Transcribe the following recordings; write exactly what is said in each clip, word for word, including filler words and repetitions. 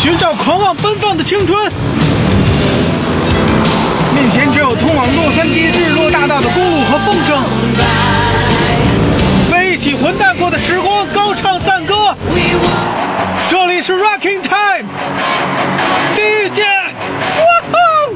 寻找狂妄奔放的青春。面前只有通往洛杉矶日落大道的公路和风声，为一起混蛋过的时光高唱赞歌。这里是 Rocking Time 第一届，哇吼！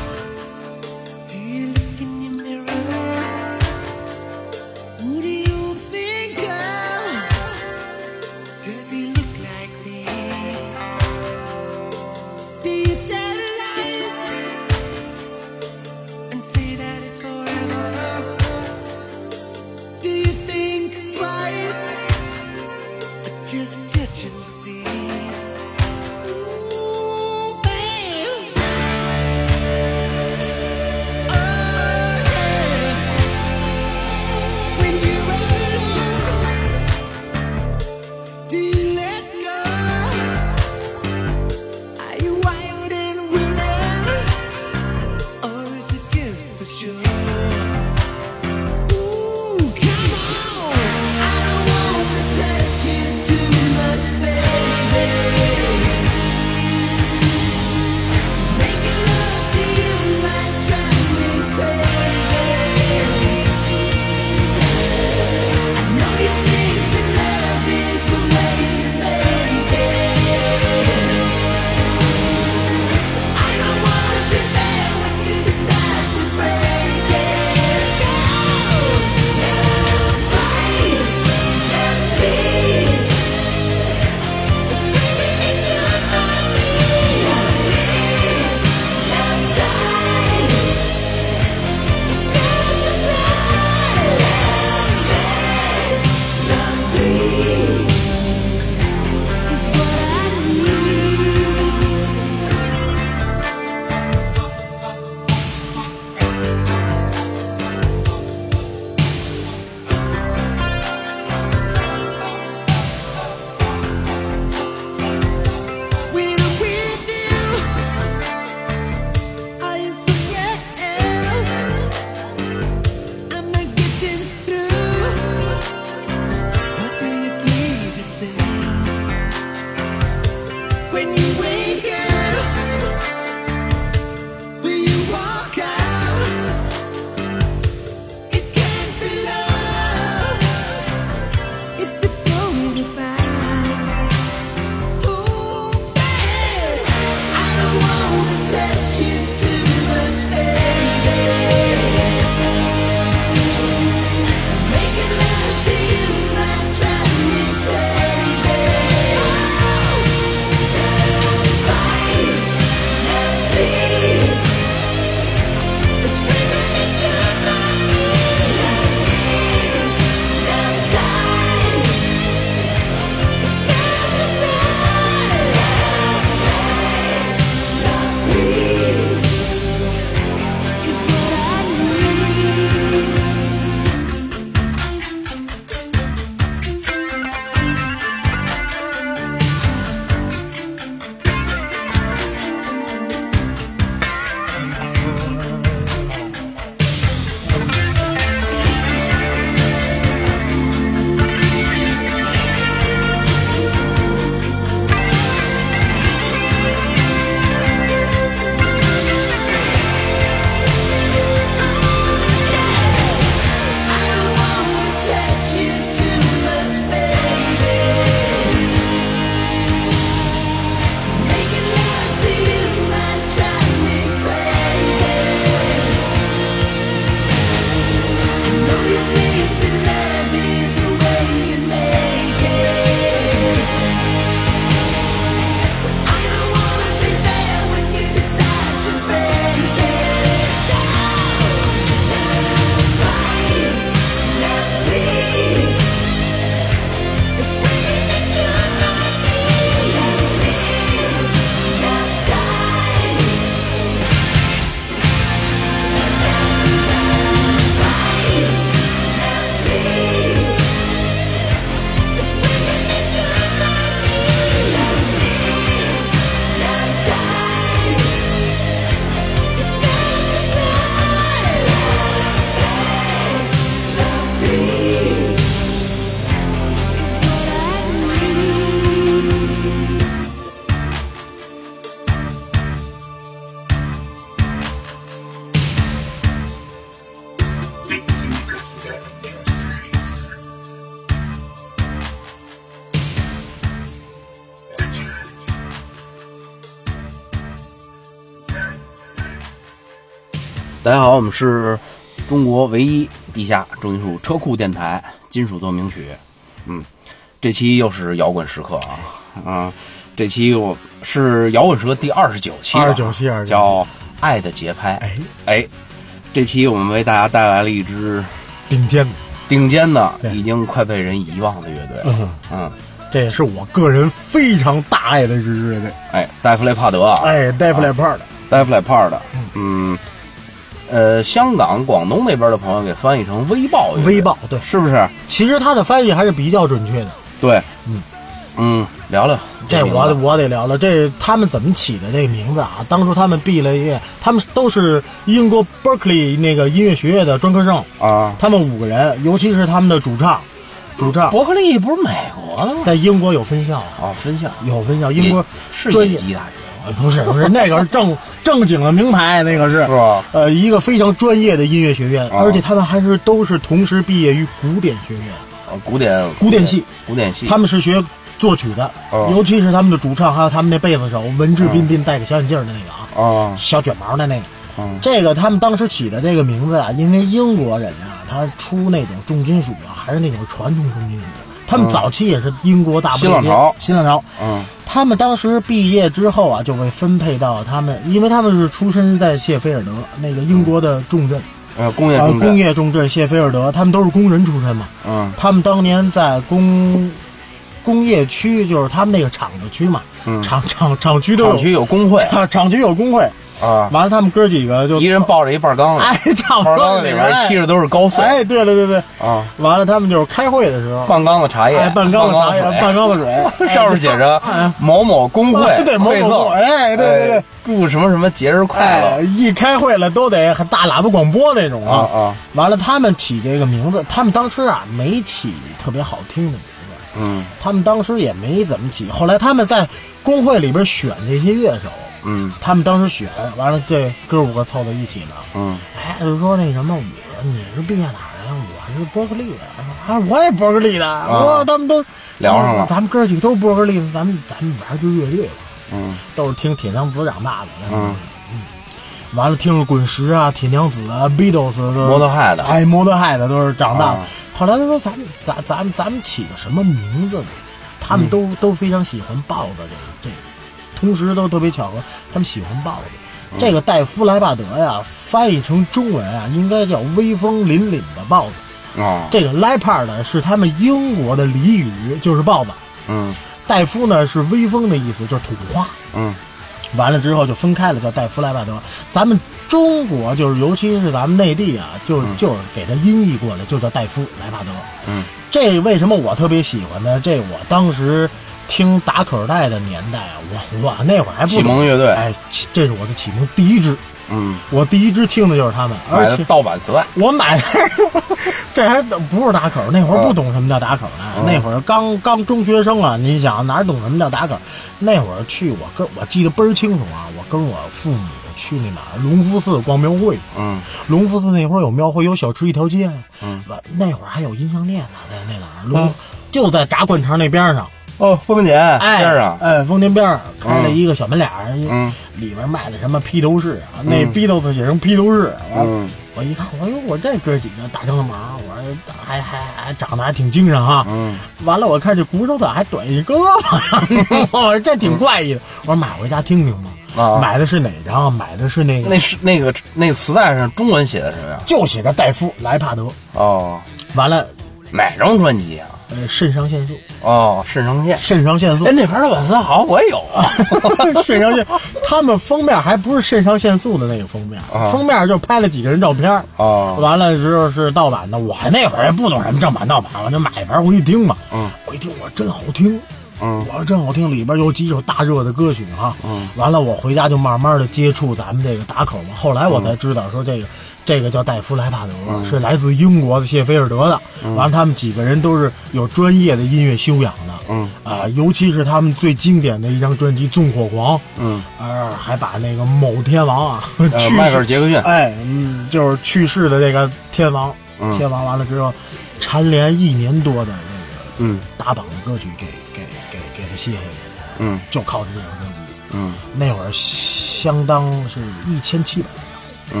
大家好，我们是中国唯一地下重金属车库电台金属奏鸣曲。嗯，这期又是摇滚时刻啊啊！这期我是摇滚时刻第二十九期， 二十九期，二十九期叫《爱的节拍》。哎哎，这期我们为大家带来了一支顶尖的、 顶尖的，已经快被人遗忘的乐队。 嗯嗯， 这也是我个人非常大爱的一支乐队。 哎，戴夫雷帕德啊， 哎，戴夫雷帕德， 戴夫雷帕德，嗯。呃，香港、广东那边的朋友给翻译成微豹， 微豹，对， 是不是？ 其实他的翻译还是比较准确的。 对， 嗯嗯，聊聊这我我得聊聊这他们怎么起的这个名字啊？当初他们毕了业，他们都是英国 Berkeley 那个音乐学院的专科生啊。他们五个人，尤其是他们的主唱，主唱伯克利不是美国的吗？ 在英国有分校啊，分校有分校，英国是野鸡大学。 不是不是，那个是正正经的名牌，那个是是吧？ 呃，一个非常专业的音乐学院， 啊、 而且他们还是都是同时毕业于古典学院啊，古典古典系， 古典系， 他们是学作曲的， 啊、 尤其是他们的主唱，还有他们那贝斯手文质彬彬、戴个小眼镜的那个啊， 啊，小卷毛的那个， 啊、 这个他们当时起的这个名字啊，因为英国人啊，他出那种重金属啊，还是那种传统重金属。他们早期也是英国大不列颠新浪潮， 新浪潮。 嗯， 他们当时毕业之后啊，就被分配到他们，因为他们是出身在谢菲尔德那个英国的重镇， 呃，工业重镇， 呃、工业重镇谢菲尔德，他们都是工人出身嘛。 嗯， 他们当年在工工业区，就是他们那个厂子区嘛， 嗯， 厂厂厂区都有厂区有工会， 厂区有工会。 啊， 完了，他们哥几个就一人抱着一半缸子， 哎，差不多， 缸子里面砌着都是高碎， 哎，对了对对啊， 完了，他们就是开会的时候， 半缸子茶叶， 哎，半缸子茶叶，半缸子水， 上面写着某某工会， 对某某工，哎，对对对， 祝什么什么节日快乐， 一开会了都得大喇叭广播那种啊啊， 完了，他们起这个名字，他们当时啊没起特别好听的名字， 嗯， 他们当时也没怎么起，后来他们在工会里边选这些乐手。 嗯， 他们当时选完了，这哥五个凑在一起了。 嗯， 哎，就说那什么，我你是毕业哪儿的？我是伯克利的。啊，我也伯克利的。哇、啊，他们都聊上了。 咱们哥几个都伯克利的，咱们咱们玩就乐队吧。 嗯， 都是听铁娘子长大的。 嗯嗯，完了听了滚石啊、铁娘子啊、Beatles 摩托害的， 哎，摩托害的都是长大的。 啊、 后来他说咱们咱咱们咱们起个什么名字呢？他们都、嗯、都非常喜欢豹子这个这个。同时都特别巧合，他们喜欢豹子。嗯、这个戴夫莱帕德呀，翻译成中文啊，应该叫威风凛凛的豹子。 哦， 这个 leopard 是他们英国的俚语，就是豹子。 嗯， 戴夫呢是威风的意思，就是土话。 嗯， 完了之后就分开了，叫戴夫莱帕德。咱们中国就是，尤其是咱们内地啊，就是、嗯、就是给它音译过来，就叫戴夫莱帕德。 嗯， 这为什么我特别喜欢呢？这我当时。听打口袋的年代啊，我我那会儿还不启蒙乐队， 哎，这是我的启蒙第一支， 嗯， 我第一支听的就是他们，而且盗版磁带， 我买的这还不是打口，那会儿不懂什么叫打口呢， 嗯、 那会儿刚刚中学生啊，你想哪懂什么叫打口？那会儿去我跟我记得倍儿清楚啊，我跟我父母去那哪儿隆福寺逛庙会， 嗯， 隆福寺那会儿有庙会，有小吃一条街， 嗯， 那会儿还有音像店呢，在那哪儿隆、嗯、就在炸灌肠那边上。 哦，丰田边上， 哎，丰田边上开了一个小门脸儿， 嗯， 里边卖的什么披头士啊，那 Beatles 写成披头士， 嗯， 我一看，我说我这哥几个大正的毛，我说还还还长得还挺精神哈， 嗯， 完了我看这鼓手咋还短一胳膊，我说这挺怪异的，我说买回家听听吧。 啊， 买的是哪张？买的是那个， 那是那个那磁带上中文写的什么呀？ 就写着戴夫莱帕德。 哦， 完了， 哪张专辑啊？ 呃，肾上腺素。 哦，肾上腺， 肾上腺素。 哎，那盘盗版磁带好像我也有啊。 肾上腺，他们封面还不是肾上腺素的那个封面， 啊、 封面就拍了几个人照片。 哦， 完了之后是盗版的，我那会儿也不懂什么正版盗版，我就买一盘回去听嘛。 嗯， 我一听我真好听。 嗯， 我说真好听，里边有几首大热的歌曲哈。 嗯， 完了我回家就慢慢的接触咱们这个打口嘛。后来我才知道说这个、嗯、这个叫戴夫莱帕德、嗯，是来自英国的谢菲尔德的。 嗯、 完了他们几个人都是有专业的音乐修养的。 嗯啊、呃，尤其是他们最经典的一张专辑《纵火狂》。 嗯， 呃，还把那个某天王啊， 呃、迈克尔·杰克逊， 哎，嗯，就是去世的这个天王， 嗯、 天王完了之后，蝉联一年多的这个嗯打榜的歌曲给给给给他卸下去。 嗯， 就靠着这张专辑， 嗯， 那会儿相当是一千七百， 嗯，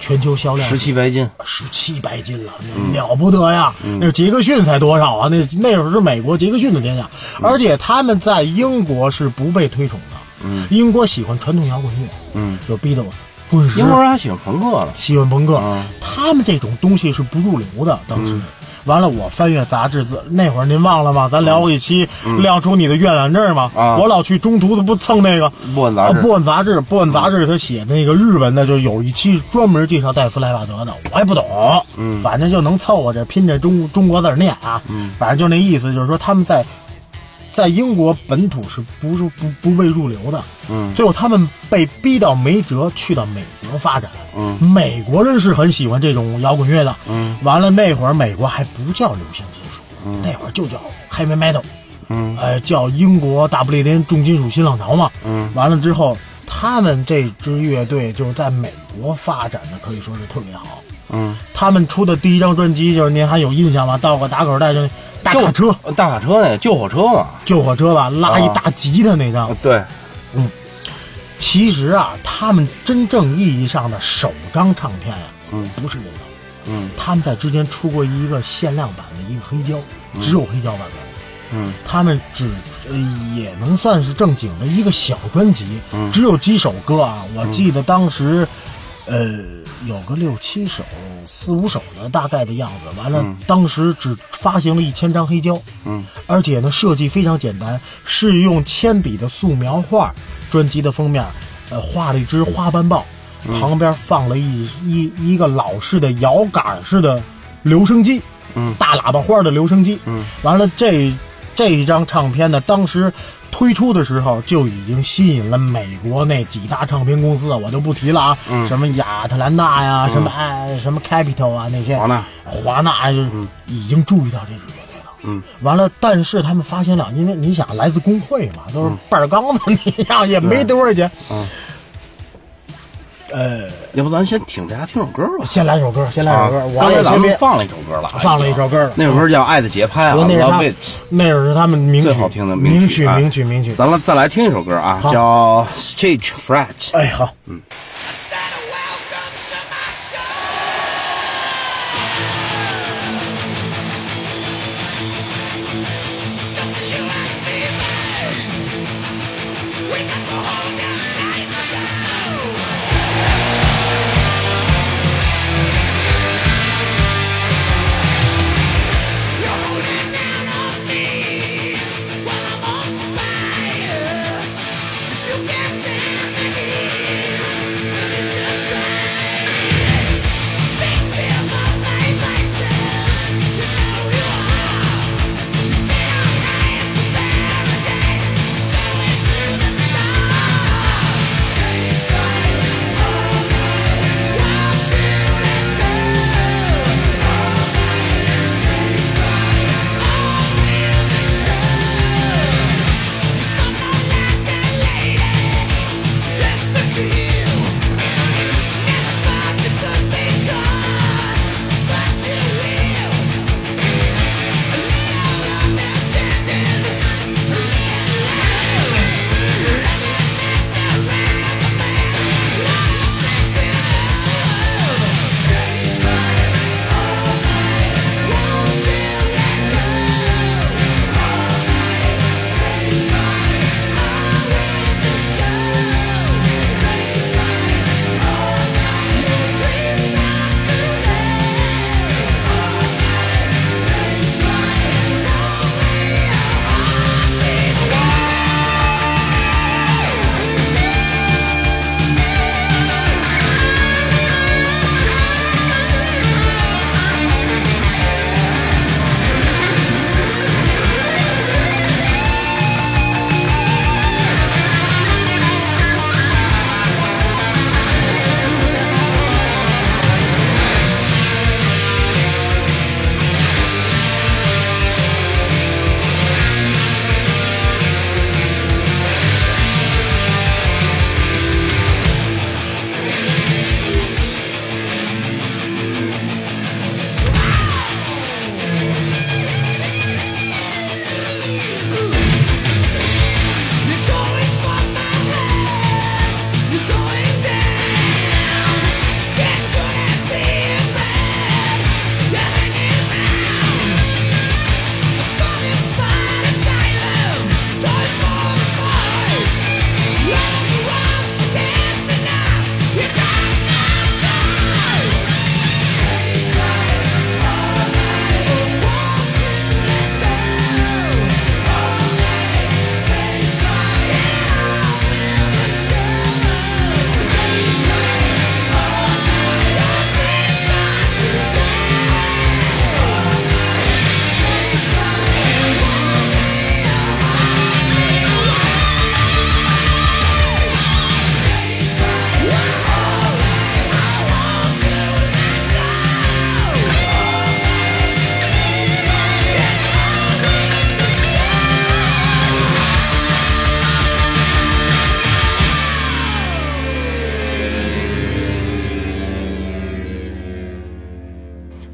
全球销量十七白金， 十七白金了，那了不得呀！嗯、那杰克逊才多少啊？那那会儿是美国杰克逊的天下，嗯、而且他们在英国是不被推崇的。嗯，英国喜欢传统摇滚乐，嗯，就 Beatles。 英国人还喜欢朋克了， 喜欢朋克，嗯、他们这种东西是不入流的。当时，嗯、完了，我翻阅杂志字，那会儿您忘了吗？咱聊过一期，嗯、亮出你的阅览证吗？啊，我老去中途的不蹭那个波恩杂志， 波恩杂志，波恩杂志他写那个日文的，就有一期专门介绍戴夫莱瓦德的，我也不懂，嗯，反正就能凑合着拼着中中国字念啊，嗯，反正就那意思，就是说他们在。在英国本土是不是不不被入流的？嗯，最后他们被逼到没辙，去到美国发展。嗯，美国人是很喜欢这种摇滚乐的。嗯，完了那会儿美国还不叫流行金属，嗯、那会儿就叫 heavy metal。嗯，呃，叫英国大不列颠重金属新浪潮嘛。嗯，完了之后，他们这支乐队就在美国发展的可以说是特别好。嗯，他们出的第一张专辑就是您还有印象吗？到个打口袋就。大卡车， 大卡车那个救火车嘛， 救火车吧，拉一大吉他那张。 啊、对， 嗯，其实啊，他们真正意义上的首张唱片呀、啊，嗯，不是这个，嗯，他们在之前出过一个限量版的一个黑胶，嗯、只有黑胶版本，嗯，他们只呃也能算是正经的一个小专辑，嗯，只有几首歌啊，我记得当时，嗯、呃。有个六七首、四五首的大概的样子，完了，嗯、当时只发行了一千张黑胶，嗯，而且呢设计非常简单，是用铅笔的素描画，专辑的封面，呃，画了一只花斑豹，嗯、旁边放了一一一个老式的摇杆式的留声机，嗯，大喇叭花的留声机，嗯，完了这这一张唱片呢，当时。推出的时候就已经吸引了美国那几大唱片公司，我就不提了啊，嗯、什么亚特兰大呀，嗯、什么哎什么 Capital 啊那些，华纳，华纳就已经注意到这支乐队了。嗯，完了，但是他们发行量，因为你想来自工会嘛，都是半缸子那样，也没多少钱。嗯。呃， 要不咱先听大家听首歌吧？ 先来首歌，先来首歌。 我刚才咱们放了一首歌了， 放了一首歌了。 那首歌叫《爱的节拍》啊， 那是他，那是他们名曲最好听的名曲， 名曲，名曲。 咱们再来听一首歌啊，叫《Stage Fright》。 哎，好，嗯。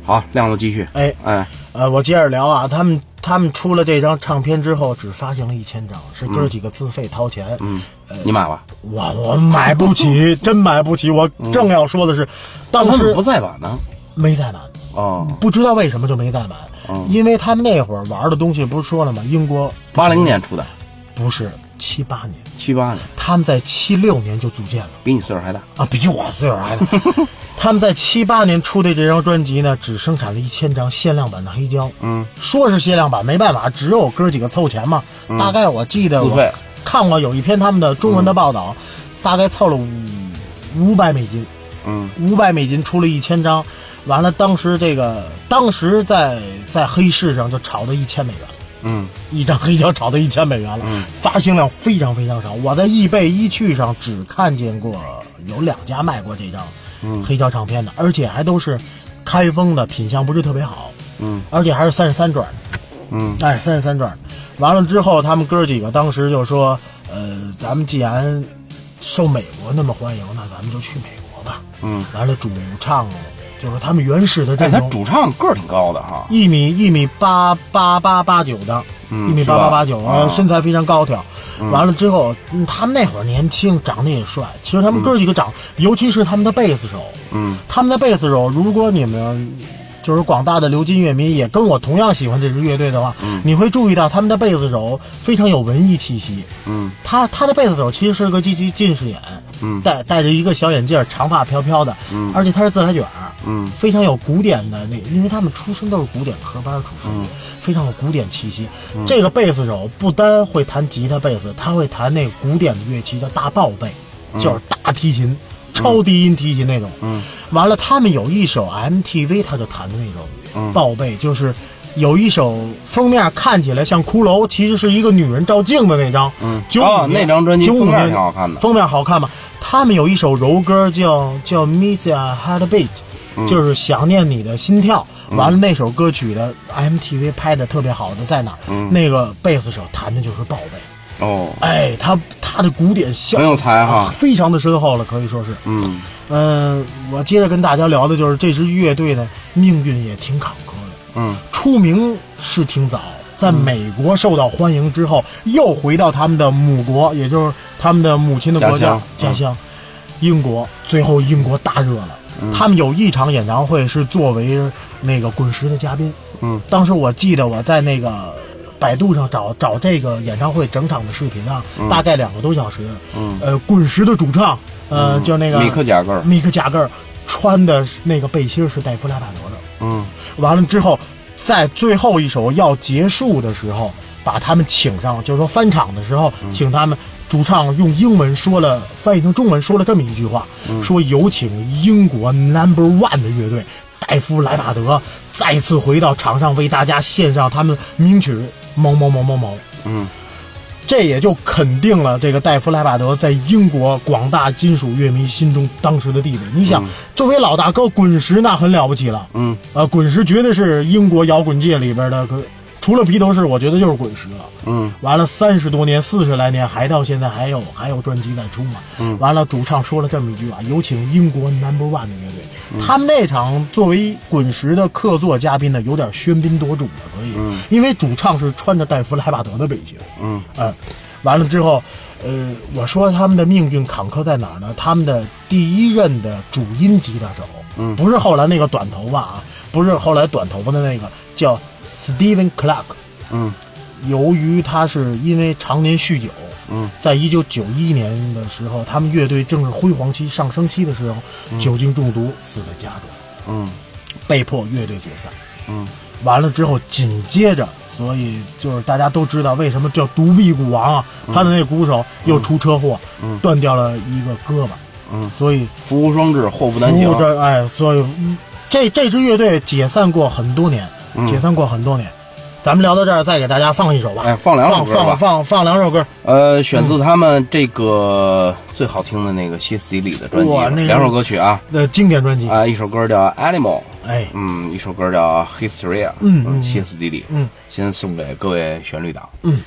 好，亮子继续。 哎哎， 呃，我接着聊啊，他们他们出了这张唱片之后，只发行了一千张，是哥几个自费掏钱。 嗯，呃、你买吧？ 我我买不起，真买不起。我正要说的是，当时不再版呢， 没再版。 哦， 不知道为什么就没再版。 哦， 因为他们那会儿玩的东西不是说了吗？英国八零年出的， 不是七八年， 七八年， 他们在七六年就组建了， 比你岁数还大啊，比我岁数还大。他们在七八年出的这张专辑呢，只生产了一千张限量版的黑胶。 嗯， 说是限量版，没办法，只有哥几个凑钱嘛。嗯、大概我记得我看过有一篇他们的中文的报道，嗯、大概凑了五五百美金。 嗯， 五百美金出了一千张，完了，当时这个当时在在黑市上就炒到一千美元了。 嗯， 一张黑胶炒到一千美元了。 嗯， 发行量非常非常少。我在易贝一趣上只看见过有两家卖过这张黑胶唱片的，而且还都是开封的，品相不是特别好。 嗯， 而且还是三十三转。 嗯， 哎，三十三转。完了之后，他们哥几个当时就说：“呃，咱们既然受美国那么欢迎，那咱们就去美国吧。” 嗯， 完了，主唱就是他们原始的阵容。 哎，他主唱个儿挺高的哈， 一米一米八八八八九的， 嗯、 一米八八八九， 啊， 身材非常高挑。 嗯、 完了之后，嗯，他们那会儿年轻，长得也帅。其实他们哥几个长，嗯、尤其是他们的贝斯手， 嗯， 他们的贝斯手，如果你们就是广大的流金乐迷也跟我同样喜欢这支乐队的话， 嗯， 你会注意到他们的贝斯手非常有文艺气息。 嗯， 他他的贝斯手其实是个近近近视眼， 嗯， 戴戴着一个小眼镜，长发飘飘的， 嗯， 而且他是自来卷， 嗯， 非常有古典的那，因为他们出身都是古典科班出身， 嗯， 非常有古典气息。 嗯、 这个贝斯手不单会弹吉他、贝斯，他会弹那古典的乐器叫大爆贝， 嗯、 就是大提琴。超低音提琴那种， 嗯， 完了，他们有一首 M T V， 他就弹的那种爆贝，嗯、就是有一首封面看起来像骷髅，其实是一个女人照镜的那张， 嗯，哦，那张专辑封面挺好看的， 封面好看嘛。他们有一首柔歌叫叫 Miss a Heartbeat，嗯、就是想念你的心跳。 嗯、 完了，那首歌曲的 M T V 拍的特别好的在哪？ 嗯、 那个贝斯手弹的就是爆贝。 哦， 哎，他他的古典效很有才哈、 啊，非常的深厚了，可以说是。 嗯嗯、呃，我接着跟大家聊的就是这支乐队呢，命运也挺坎坷的。 嗯， 出名是挺早，在美国受到欢迎之后，嗯、又回到他们的母国，也就是他们的母亲的国家家乡， 家乡嗯、英国。最后英国大热了， 嗯、 他们有一场演唱会是作为那个滚石的嘉宾。 嗯， 当时我记得我在那个百度上找找这个演唱会整场的视频啊， 嗯、 大概两个多小时。 嗯， 呃，滚石的主唱，呃， 嗯、 就那个米克贾格尔， 米克贾格尔穿的那个背心是戴夫拉巴德的。 嗯， 完了之后，在最后一首要结束的时候，把他们请上，就是说翻场的时候， 嗯、 请他们主唱用英文说了，翻译成中文说了这么一句话， 嗯、 说有请英国 number one 的乐队戴夫莱巴德再次回到场上，为大家献上他们名曲某某某某某。 嗯， 这也就肯定了这个戴夫莱巴德在英国广大金属乐迷心中当时的地位。你想， 嗯、 作为老大哥，滚石那很了不起了。 嗯， 呃，滚石绝对是英国摇滚界里边的，除了披头士，我觉得就是滚石了。 嗯， 完了三十多年，四十来年，还到现在还有还有专辑在出嘛。 嗯， 完了，主唱说了这么一句话：有请英国 number one 的乐队。 嗯、 他们那场作为滚石的客座嘉宾呢，有点喧宾夺主了，可以。 嗯， 因为主唱是穿着戴夫莱巴德的背心。 嗯， 呃，完了之后，呃，我说他们的命运坎坷在哪儿呢？他们的第一任的主音吉他手， 嗯， 不是后来那个短头发啊，不是后来短头发的那个，叫 Steven Clark。 嗯， 由于他是因为常年酗酒， 嗯， 在一九九一年的时候，他们乐队正是辉煌期、上升期的时候， 嗯、 酒精中毒死在家中， 嗯， 被迫乐队解散。 嗯， 完了之后，紧接着，所以就是大家都知道为什么叫独臂鼓王啊， 嗯、 他的那鼓手又出车祸， 嗯， 断掉了一个胳膊， 嗯， 所以福无双至，祸不单行。 哎，所以这这支乐队解散过很多年， 嗯、 解散过很多年。咱们聊到这儿，再给大家放一首吧。 哎，放两首歌吧， 放放放放两首歌。 呃，选自他们这个最好听的那个歇斯底里的专辑， 那两首歌曲啊， 的经典专辑啊、呃，一首歌叫 Animal， 哎， 嗯，一首歌叫 Hysteria， 嗯嗯， 歇斯底里， 嗯， 先送给各位旋律党， 嗯。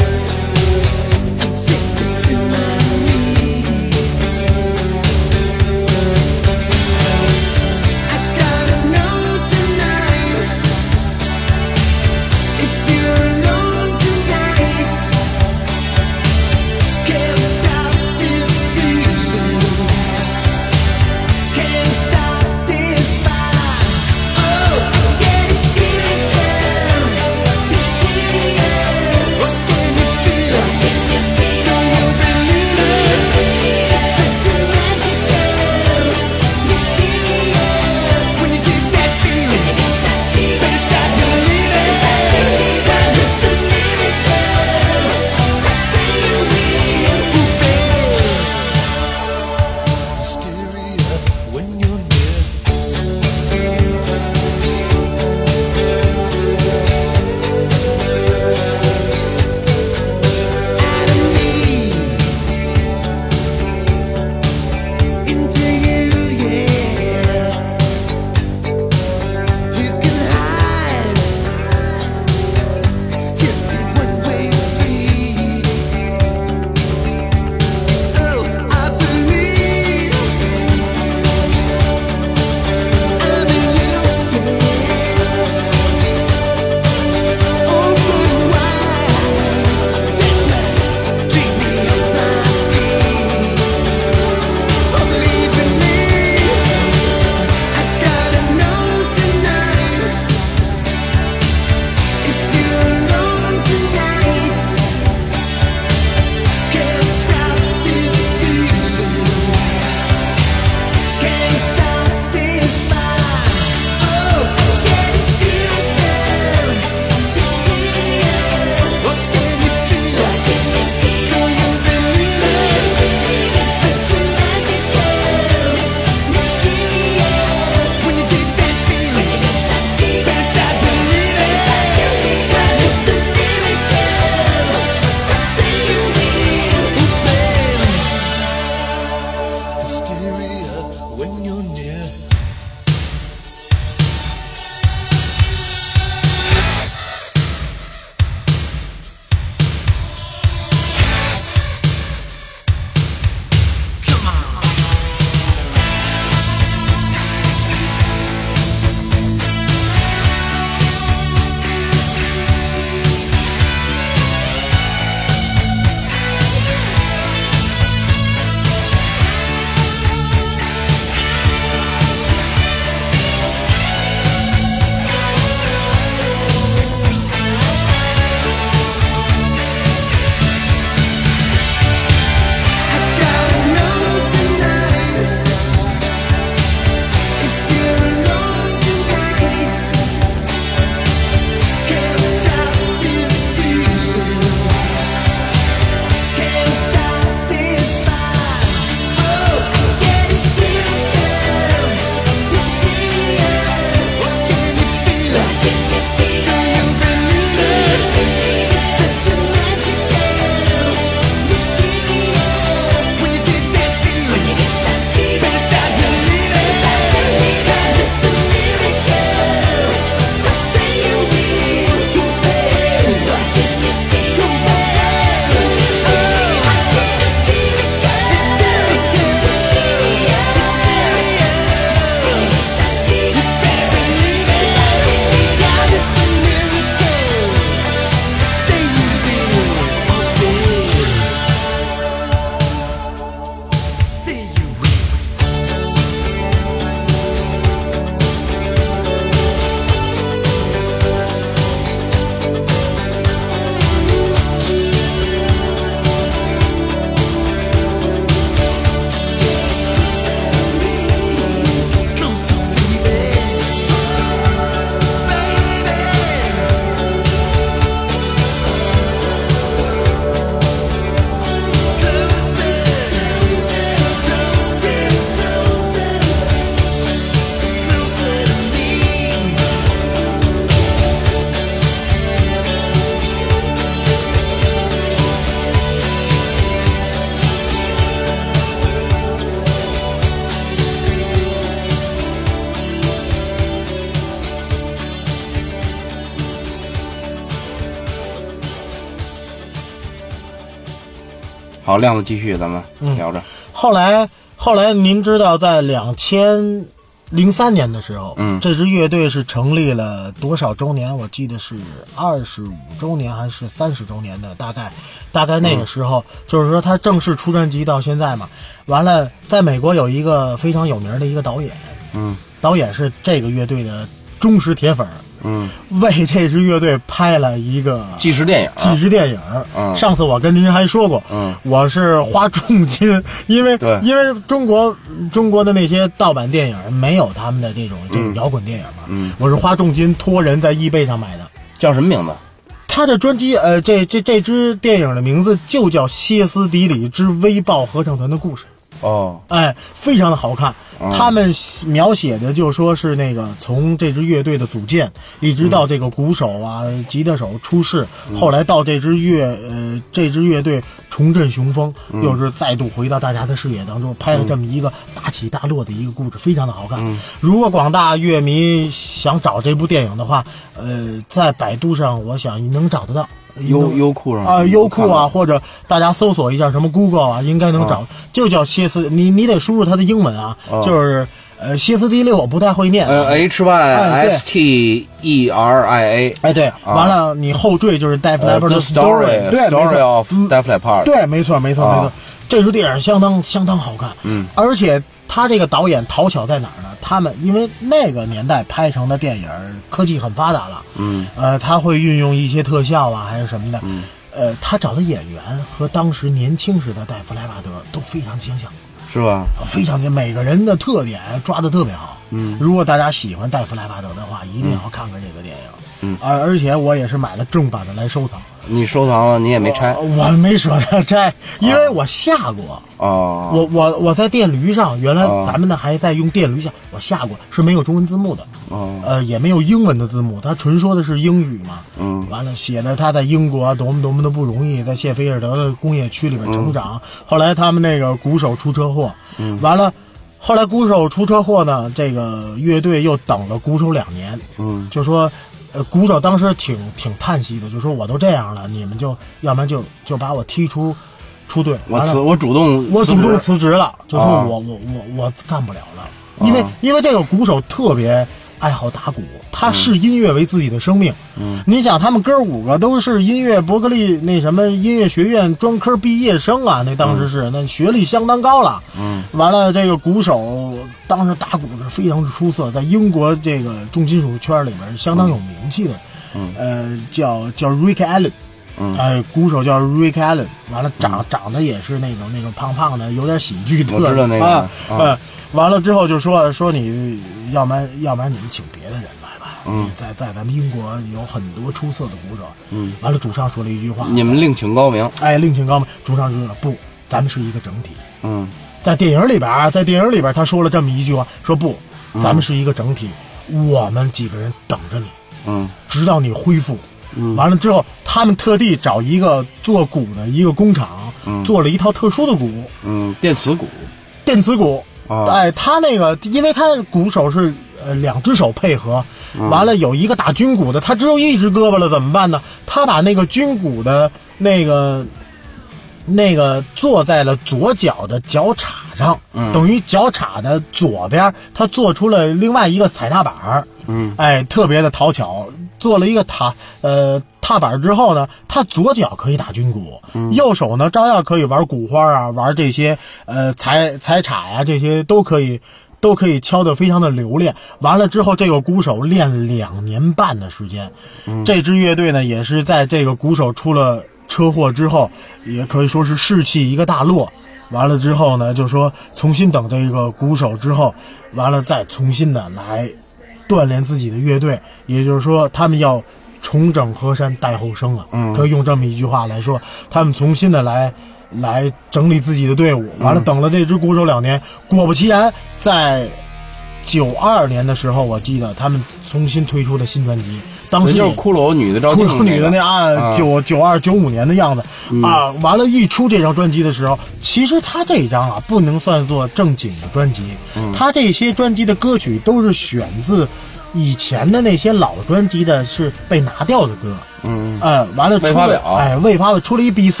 好，亮子继续，咱们聊着。 嗯、后来，后来您知道，在两千零三年的时候， 嗯， 这支乐队是成立了多少周年？我记得是二十五周年还是三十周年的，大概，大概那个时候，嗯、就是说他正式出专辑到现在嘛。完了，在美国有一个非常有名的一个导演， 嗯， 导演是这个乐队的忠实铁粉。 嗯， 为这支乐队拍了一个纪实电影， 纪实电影。 嗯， 上次我跟您还说过， 嗯， 我是花重金，因为对， 因为中国中国的那些盗版电影没有他们的这种这种摇滚电影嘛， 嗯， 我是花重金托人在易贝上买的。 叫什么名字？ 他的专辑，呃，这这这支电影的名字就叫《歇斯底里之微爆合唱团的故事》。 哦， 哎，非常的好看。他们描写的就说是那个从这支乐队的组建，一直到这个鼓手啊、嗯、吉他手出世， 嗯、 后来到这支乐呃这支乐队重振雄风， 嗯、 又是再度回到大家的视野当中，拍了这么一个大起大落的一个故事，非常的好看。 嗯、 如果广大乐迷想找这部电影的话，呃，在百度上我想能找得到。 优优酷上啊，优酷啊，或者大家搜索一下什么 Google 啊，应该能找， 哦、 就叫歇斯，你你得输入它的英文啊， 哦、 就是呃歇斯底里，我不太会念， 呃 H Y S T E R I A， 哎对， 啊、 完了你后缀就是 Def Leppard 的 Story， 对 ，Story of Def Leppard， 对，没错没错没错， 哦、 这部电影相当相当好看， 嗯， 而且他这个导演讨巧在哪儿呢？他们因为那个年代拍成的电影科技很发达了， 嗯， 呃，他会运用一些特效啊，还是什么的， 嗯。 呃，他找的演员和当时年轻时的戴夫莱巴德都非常相像， 是吧？ 非常像，每个人的特点抓得特别好。 嗯， 如果大家喜欢戴夫莱巴德的话，一定要看看这个电影。 嗯， 而而且我也是买了正版的来收藏。 你收藏了，你也没拆？ 我, 我没舍得拆，因为我下过。 哦， 我我我在电驴上，原来咱们呢还在用电驴下，我下过，是没有中文字幕的。 哦， 呃，也没有英文的字幕，他纯说的是英语嘛。 嗯， 完了写的他在英国多么多么的不容易，在谢菲尔德的工业区里边成长。嗯、后来他们那个鼓手出车祸， 嗯， 完了，后来鼓手出车祸呢，这个乐队又等了鼓手两年。 嗯， 就说，呃，鼓手当时挺挺叹息的，就说我都这样了，你们就要不然就就把我踢出出队。 我辞，我主动， 我主动辞职了，就说我、哦、我我我干不了了，因为、哦、因为这个鼓手特别爱好打鼓，他视音乐为自己的生命。 嗯， 你想，他们哥五个都是音乐伯克利那什么音乐学院专科毕业生啊，那当时是、嗯、那学历相当高了。 嗯， 完了，这个鼓手当时打鼓是非常出色，在英国这个重金属圈里边相当有名气的。 嗯， 呃，叫叫 Rick Allen。 嗯， 哎，鼓手叫 Rick Allen， 完了长、嗯、长得也是那种那种胖胖的，有点喜剧特我知道那个啊， 啊呃，完了之后就说说你要不然要不然你们请别的人来吧， 嗯， 在在咱们英国有很多出色的鼓手， 嗯， 完了主唱说了一句话， 你们另请高明， 哎，另请高明，主唱说了不，咱们是一个整体， 嗯， 在电影里边啊，在电影里边他说了这么一句话，说不，咱们是一个整体，嗯、我们几个人等着你， 嗯， 直到你恢复。 嗯， 完了之后，他们特地找一个做鼓的一个工厂， 嗯， 做了一套特殊的鼓， 嗯，电磁鼓， 电磁鼓， 哦、 哎，他那个，因为他鼓手是呃两只手配合， 嗯、 完了有一个打军鼓的，他只有一只胳膊了，怎么办呢？他把那个军鼓的那个那个坐在了左脚的脚叉上， 嗯， 等于脚叉的左边，他做出了另外一个踩踏板儿， 嗯， 哎，特别的讨巧。做了一个踏呃踏板之后呢，他左脚可以打军鼓， 嗯、 右手呢照样可以玩鼓花啊，玩这些呃踩踩镲呀，这些都可以都可以敲得非常的留恋。完了之后，这个鼓手练两年半的时间， 嗯、 这支乐队呢也是在这个鼓手出了车祸之后，也可以说是士气一个大落。完了之后呢，就说重新等这个鼓手之后，完了再重新的来锻炼自己的乐队，也就是说他们要重整河山待后生了， 嗯， 可以用这么一句话来说，他们重新的来来整理自己的队伍。完了，等了这支鼓手两年，果不其然，在九二年的时候，我记得他们重新推出了新专辑。当时就是骷髅女的照镜， 骷髅女的那啊，九九二九五年的样子、 嗯、 啊，完了，一出这张专辑的时候，其实他这张啊不能算作正经的专辑， 嗯、 他这些专辑的歌曲都是选自以前的那些老专辑的，是被拿掉的歌， 嗯， 呃，完了出了未发表， 哎，未发表出了一比赛的，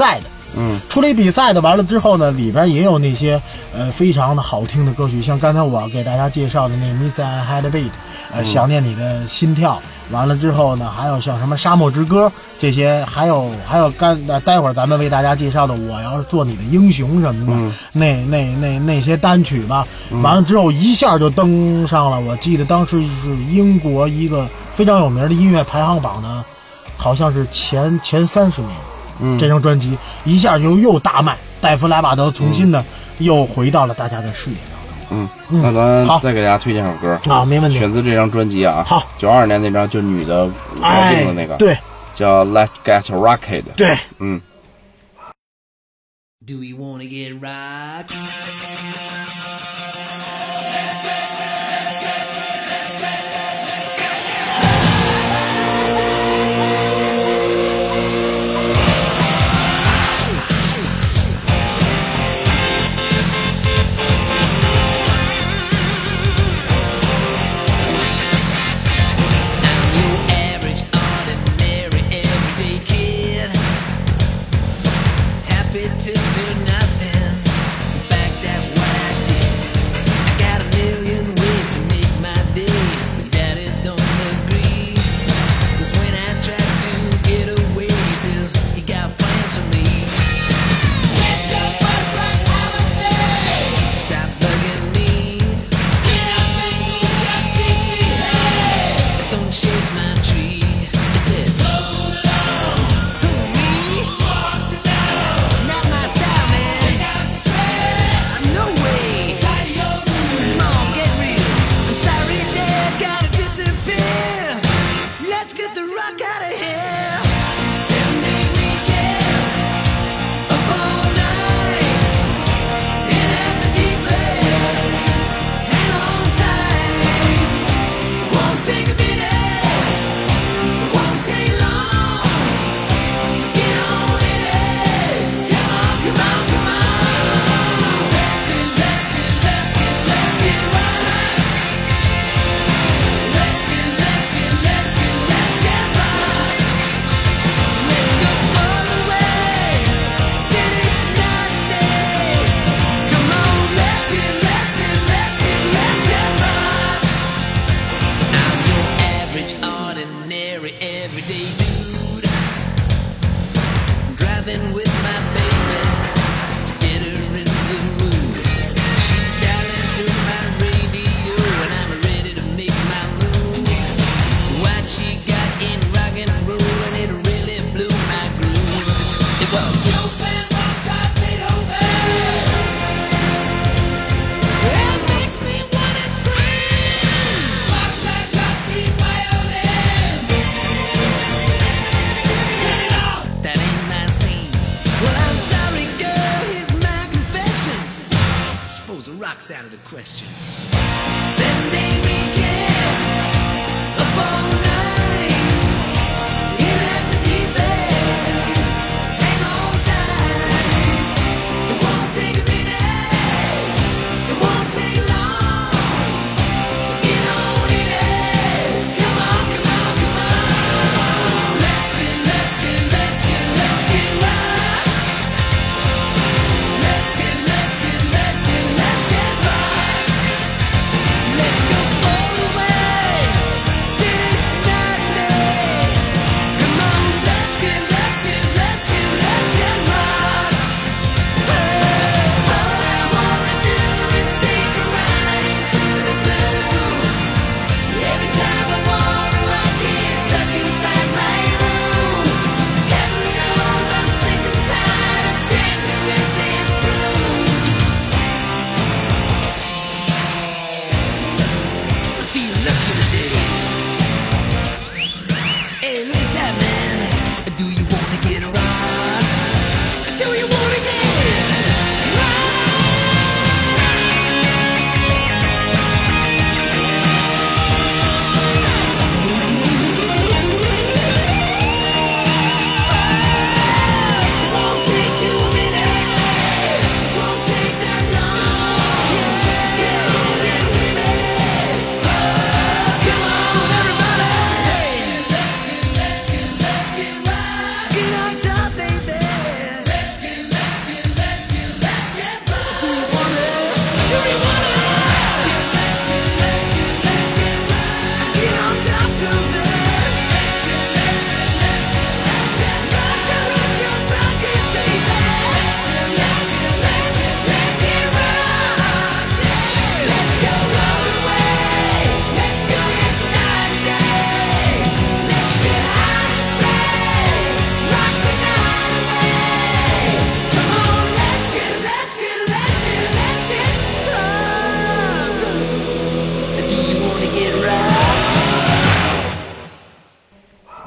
嗯， 处理比赛的完了之后呢，里边也有那些呃非常的好听的歌曲，像刚才我给大家介绍的那 Miss I Had a Beat， 呃、嗯、想念你的心跳。完了之后呢，还有像什么沙漠之歌这些，还有还有刚待会儿咱们为大家介绍的我要是做你的英雄什么的， 嗯、 那那那那些单曲吧，完了之后一下就登上了，我记得当时是英国一个非常有名的音乐排行榜呢，好像是前前三十名。 嗯， 这张专辑一下就又大卖，戴夫莱瓦德重新的又回到了大家的视野当中。 嗯，那咱再给大家推荐首歌啊，没问题。 选自这张专辑啊， 好， 九二年那张就女的高定的那个， 哎、对， 叫 Let's Get Rocked。 对， 嗯。 Do we wanna get rocked? To do nothing, in fact that's what I did. I got a million ways to make my day, but daddy don't agree. Cause when I try to get away, he says he got plans for me. Get your butt right out of there. Stop bugging me. When I think you got sleepy head, don't shake my tree. He said, hold it on. Who, me? Walk it down. Not my style, man. Take out the trash. No way. Tie your boots. Come on, get real. I'm sorry, Dad, gotta disappear. Let's get the rock out of here. Sunday weekend, up all night, in at the deep end. Hang on tight. Won't take a minute. Won't take long. So get on in it. Come on, come on, come on. Let's get, let's get, let's get, let's get right. Let's get, let's get, let's get, let's get right. Let's go all the way. Get it nothing. Come on, let's get, let's get, let's get, let's get right. I'm your average, ordinary, everyday dude. Driving with my baby to get her in the mood. She's dialing through my radio and I'm ready to make my move. What she got in rock and roll and it really blew my groove. It was Chopin, Mozart, Beethoven. It makes me wanna scream. Mozart, Gotti, violin. Get it off. That ain't my scene. Well, I'm sorry, girl. Here's my confession. Suppose the rock's out of the question. Sunday weekend, up all night, in at the deep end. Hang on tight. It won't take a minute. It won't take long. So get on in it. Come on, come on, come on. Let's get, let's get, let's get, let's get right. Let's get, let's get, let's get, let's get right. Let's go.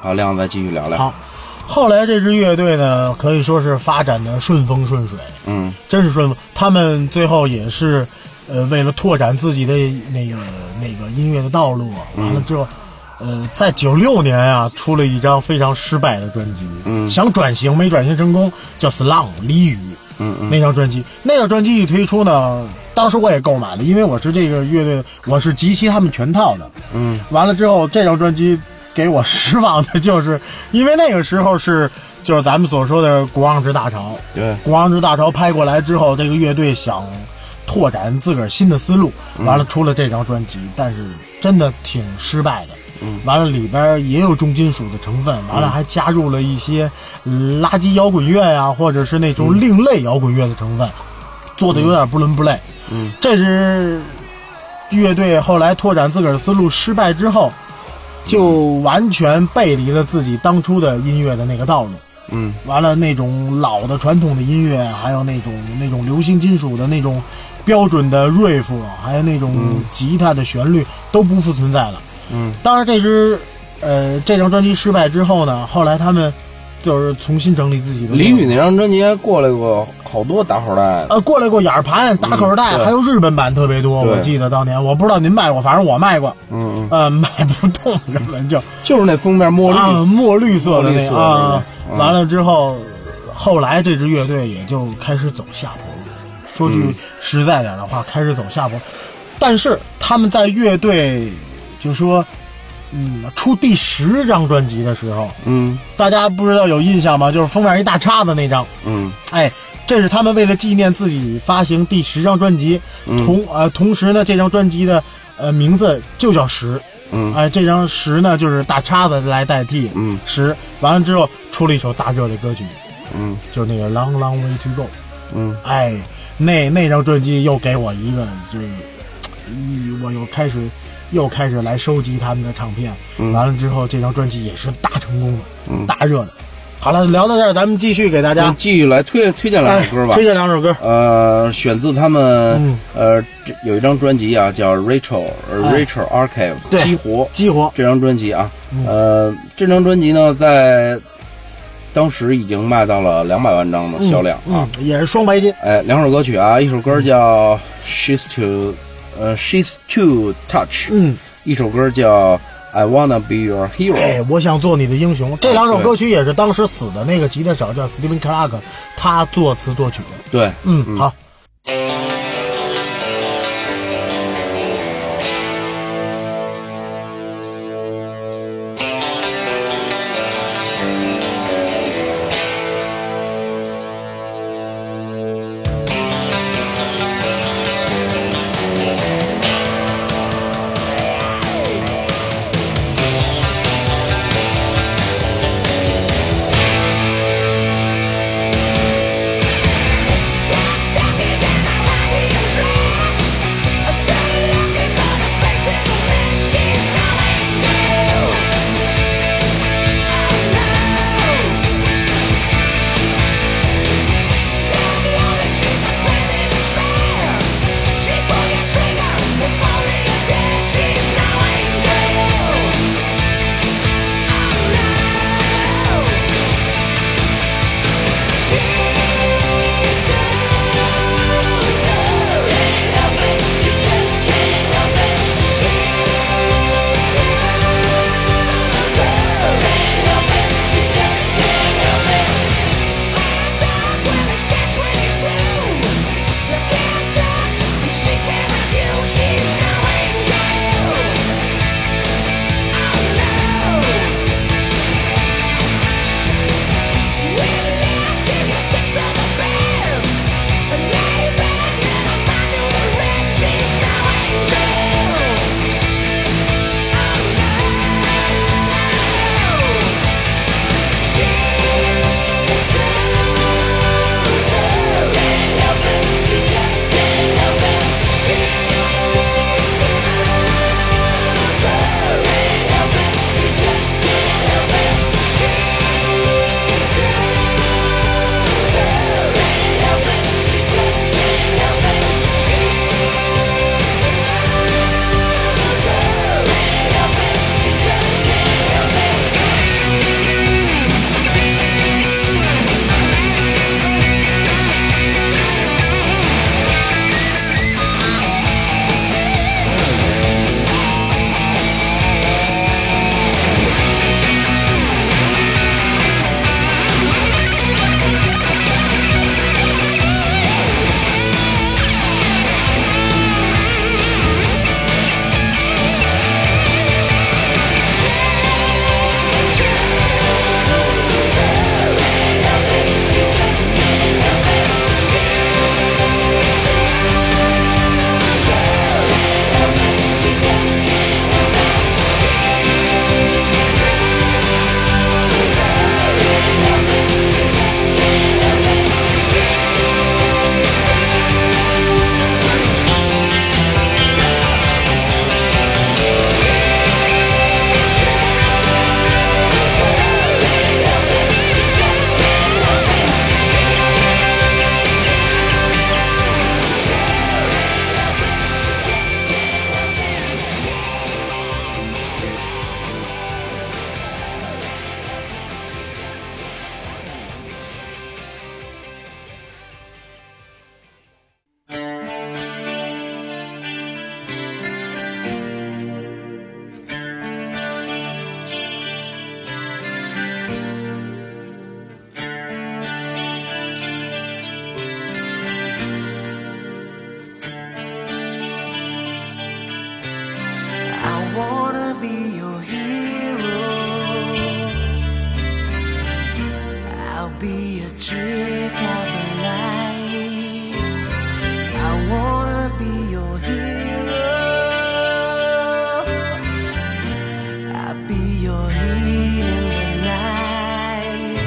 好，亮子再继续聊聊。 好，后来这支乐队呢，可以说是发展的顺风顺水， 嗯真是顺风。他们最后也是，呃，为了拓展自己的那个那个音乐的道路，完了之后，呃，在九六年啊，出了一张非常失败的专辑， 嗯想转型没转型成功，叫《Slang》俚语。 嗯嗯那张专辑，那张专辑一推出呢，当时我也购买了，因为我是这个乐队，我是集齐他们全套的。 嗯完了之后，这张专辑给我失望的就是，因为那个时候是就是咱们所说的古昂之大潮， 对， 古昂之大潮拍过来之后，这个乐队想拓展自个儿新的思路，完了出了这张专辑，但是真的挺失败的。 嗯完了里边也有重金属的成分，完了还加入了一些嗯垃圾摇滚乐呀、或者是那种另类摇滚乐的成分，做的有点不伦不类。 嗯， 这支乐队后来拓展自个儿思路失败之后，就完全背离了自己当初的音乐的那个道路。 嗯完了那种老的传统的音乐，还有那种那种流行金属的那种标准的 riff， 还有那种吉他的旋律都不复存在了。 嗯， 当然这支呃这张专辑失败之后呢，后来他们就是重新整理自己的俚语那张专辑还过来过好多打口袋， 呃过来过眼儿盘、打口袋， 嗯还有日本版特别多。 对我记得当年我不知道您卖过，反正我卖过。 嗯嗯， 呃，买不动，根本就就是那封面墨绿， 啊墨绿色的那墨绿色的个啊。 那个嗯完了之后，后来这支乐队也就开始走下坡路。说句实在点的话，开始走下坡。但是他们在乐队就说，嗯，出第十张专辑的时候， 嗯大家不知道有印象吗？就是封面一大叉子那张。 嗯哎，这是他们为了纪念自己发行第十张专辑， 嗯同呃同时呢，这张专辑的呃名字就叫十。 嗯哎，这张十呢就是大叉子来代替。 嗯十完了之后出了一首大热的歌曲， 嗯就是那个 Long Long Way to Go。 嗯哎，那那张专辑又给我一个，就是，嗯我又开始又开始来收集他们的唱片。 嗯完了之后，这张专辑也是大成功的， 嗯大热的。好了，聊到这儿，咱们继续给大家咱继续来推推荐两首歌吧。 哎推荐两首歌。 呃，选自他们、 嗯呃这有一张专辑啊，叫 Rachel 呃、 哎 Rachel Archive 对激活激活。 这张专辑啊， 嗯呃，这张专辑呢在当时已经卖到了两百万张的销量啊。 嗯，也是双白金。 哎，两首歌曲啊，一首歌叫 She's Too 呃 She's Too Touch， 嗯， 一首歌叫 I Wanna Be Your Hero。 哎，我想做你的英雄。这两首歌曲也是当时死的那个吉他手叫 Steven Clark，他作词作曲的。 对， 嗯，好。 be a trick of the light. I wanna be your hero. I'll be your heat in the night.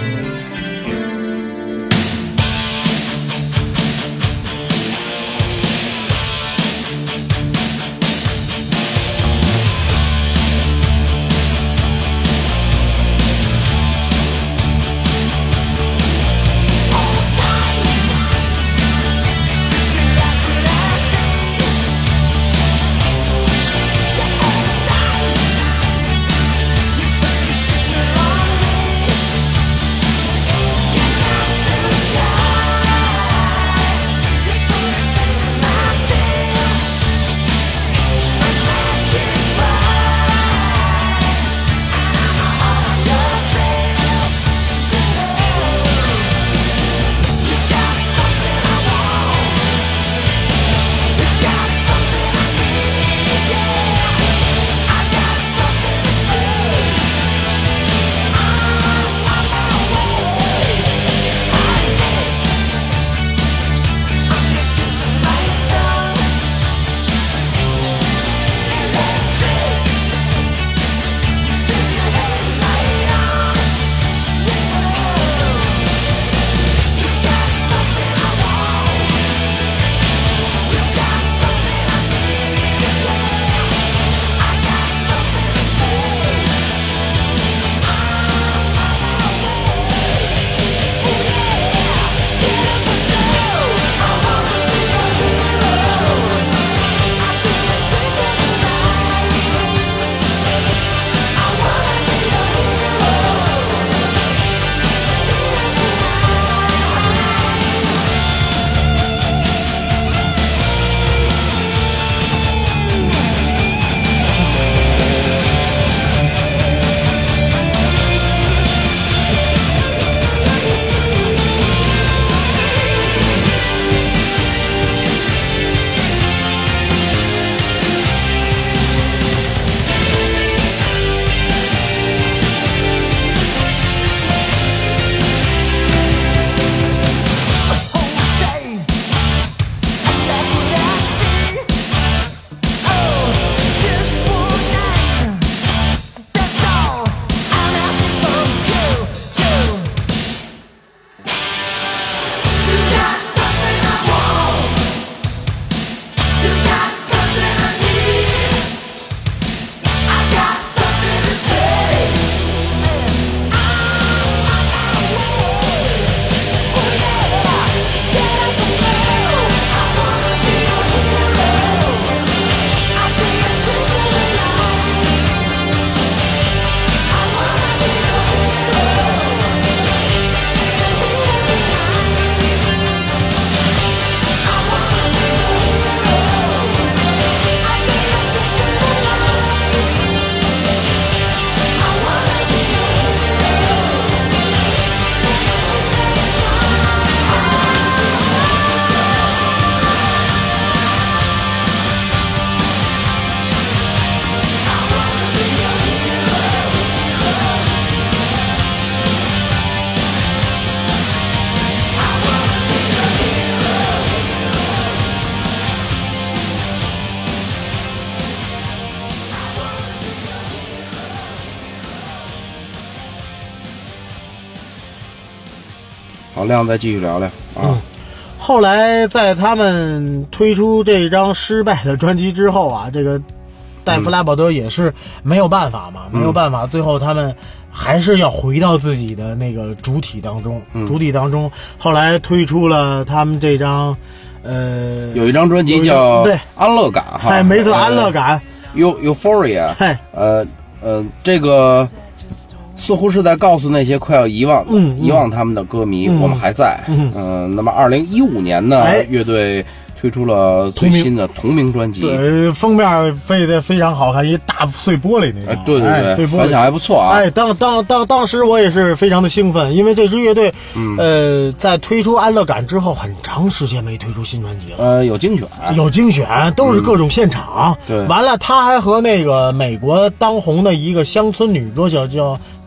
好，亮再继续聊聊啊。 嗯后来在他们推出这张失败的专辑之后啊，这个戴夫拉宝德也是没有办法嘛， 嗯、 没有办法，最后他们还是要回到自己的那个主体当中， 嗯、 主体当中，后来推出了他们这张，呃， 有一张专辑叫《 对安乐感》哈， 哎，没错，安乐感 ，Eu Euphoria， 哎， 呃呃，这个。似乎是在告诉那些快要遗忘、 嗯嗯、 遗忘他们的歌迷， 嗯、 我们还在。 嗯， 呃、那么二零一五年呢， 哎、 乐队推出了最新的同名专辑， 对，封面非得非常好看，一大碎玻璃那个、 哎，对对对， 哎、碎玻璃反响还不错啊。 哎，当当当当时我也是非常的兴奋，因为这支乐队， 嗯、 呃，在推出《安乐感》之后，很长时间没推出新专辑了。 呃，有精选， 有精选，都是各种现场。 嗯、对， 完了，他还和那个美国当红的一个乡村女歌手叫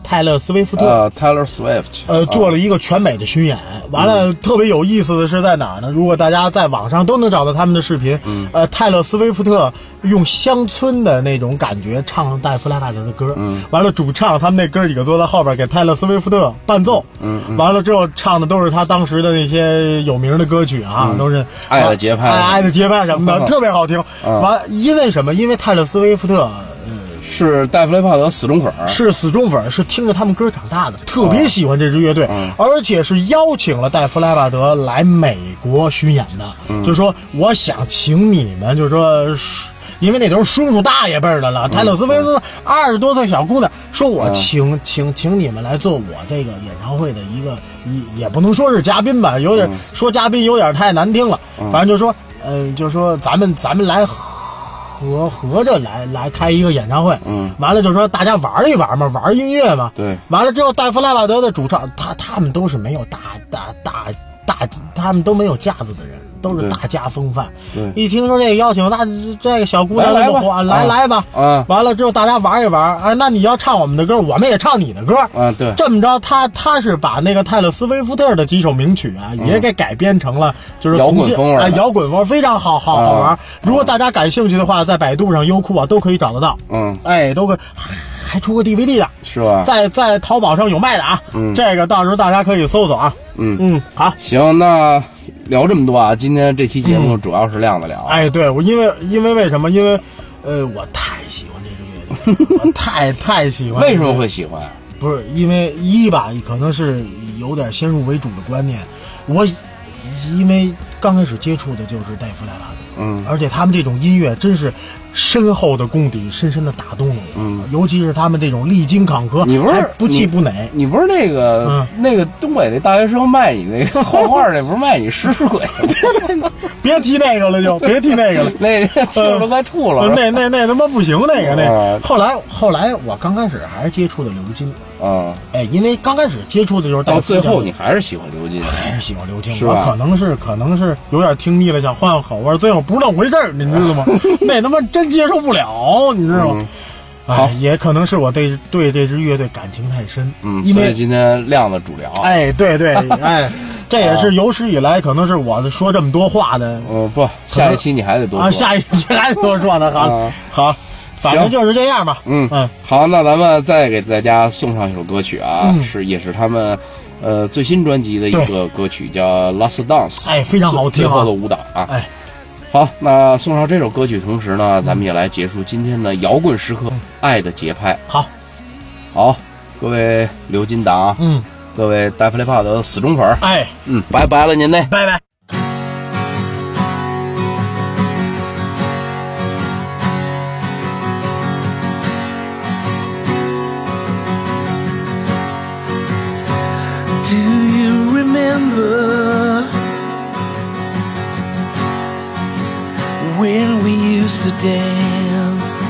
泰勒·斯威夫特， 呃 Taylor Swift， 呃，做了一个全美的巡演。完了， 嗯、 特别有意思的是在哪儿呢？如果大家在网上都能找到他们的视频， 嗯、 呃，泰勒·斯威夫特用乡村的那种感觉唱戴夫·莱巴德的歌， 嗯， 完了主唱他们那哥几个坐在后边给泰勒·斯威夫特伴奏， 嗯，嗯完了之后唱的都是他当时的那些有名的歌曲啊， 嗯、 都是爱的节拍， 爱爱的节拍什么的，特别好听。 嗯、 完了，因为什么？因为泰勒·斯威夫特。 是戴夫雷帕德死忠粉， 是死忠粉，是听着他们歌长大的，特别喜欢这支乐队， 嗯、 而且是邀请了戴夫莱巴德来美国巡演的， 嗯、 就是说我想请你们，就是说，因为那都是叔叔大爷辈的了，嗯、泰勒斯威夫二十多岁小姑娘，说我请、嗯、请请你们来做我这个演唱会的一个，也也不能说是嘉宾吧，有点、嗯、说嘉宾有点太难听了， 嗯、 反正就说，嗯、呃，就说咱们咱们来。合合着来来开一个演唱会， 嗯， 完了就说大家玩一玩嘛，玩音乐嘛， 对， 完了之后，戴夫莱瓦德的主唱，他他们都是没有大大大大，他们都没有架子的人，都是大家风范。 对， 一听说这个邀请，那这个小姑娘来吧，来来吧， 啊， 完了之后大家玩一玩，啊，那你要唱我们的歌，我们也唱你的歌， 啊，对， 这么着，他他是把那个泰勒斯威夫特的几首名曲啊， 嗯、 也给改编成了就是摇滚风味啊，摇滚风非常好好好玩。如果大家感兴趣的话，在百度上、优酷啊都可以找得到。 嗯， 哎，都可以。还出个 D V D 的， 是吧？ 在在淘宝上有卖的啊， 嗯， 这个到时候大家可以搜搜啊， 嗯嗯，好， 行，那聊这么多啊，今天这期节目主要是亮子聊， 嗯、哎，对我因为因为为什么？因为呃，我太喜欢这个乐队，我太太喜欢。 为什么会喜欢？ 不是因为一吧，可能是有点先入为主的观念，我因为刚开始接触的就是戴夫莱巴德。 嗯， 而且他们这种音乐真是深厚的功底，深深的打动了我。 嗯， 尤其是他们这种历经坎坷， 你不是不气不馁。 你不是那个、嗯、那个东北那大学生卖你那个画画那不是卖你食尸鬼？ 别提那个了就，别提那个了， 那听着都快吐了。 呃、那那那他妈不行，那个那个。 嗯、 后来后来我刚开始还是接触的刘金。 嗯， 哎，因为刚开始接触的就是到最后你还是喜欢刘金， 还是喜欢刘金。 是吧？ 我可能是可能是有点听腻了，想换换口味，最后不是那么回事儿，你知道吗？那他妈真接受不了，你知道吗？ 嗯、 哎，也可能是我对对这支乐队感情太深， 嗯， 因为今天亮的主聊。 哎，对对，哎，这也是有史以来可能是我说这么多话的。 嗯，不，下一期你还得多说啊，下一期还得多说呢。好， 嗯、 好。反正就是这样吧。 嗯嗯， 好，那咱们再给大家送上一首歌曲啊， 嗯、 是也是他们呃最新专辑的一个歌曲，叫《Last Dance》。 哎，非常好听、啊。 最后的舞蹈啊。 哎， 好，那送上这首歌曲，同时呢，咱们也来结束今天的摇滚时刻，嗯、爱的节拍。 好， 好，各位刘金党， 嗯， 各位戴夫雷帕德的死忠粉， 哎， 嗯，拜拜了您嘞， 拜拜。 Do you remember when we used to dance?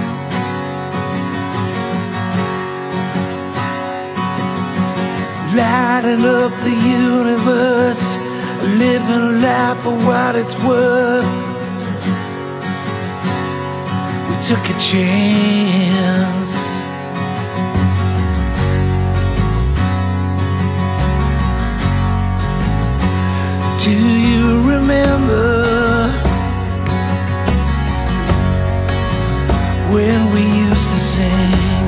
Lighting up the universe, living life for what it's worth. We took a chance. Do you remember when we used to sing?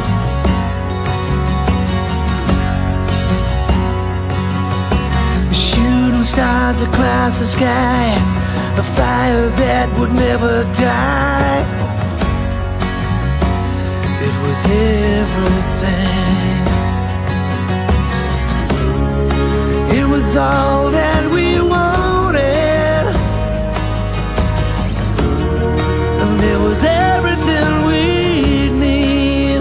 Shooting stars across the sky, a fire that would never die. It was everything. It was all that we wanted, and there was everything we need.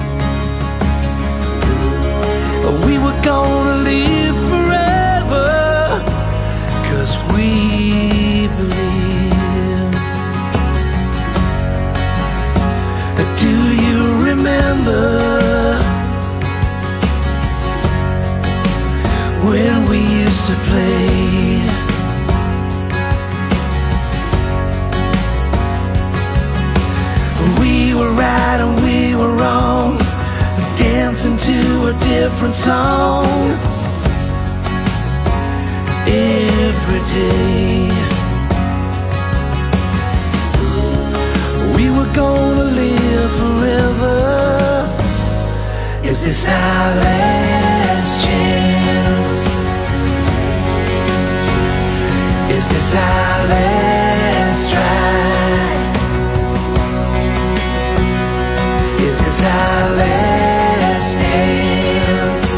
We were gonna live forever, 'cause we believe. Do you remember when we used to play? We were right and we were wrong, dancing to different song every day. We were gonna live forever. Is this our last chance? Is this our last try? Is this our last dance?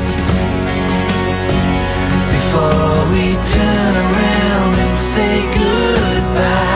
Before we turn around and say goodbye.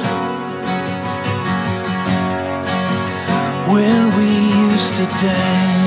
When we used to dance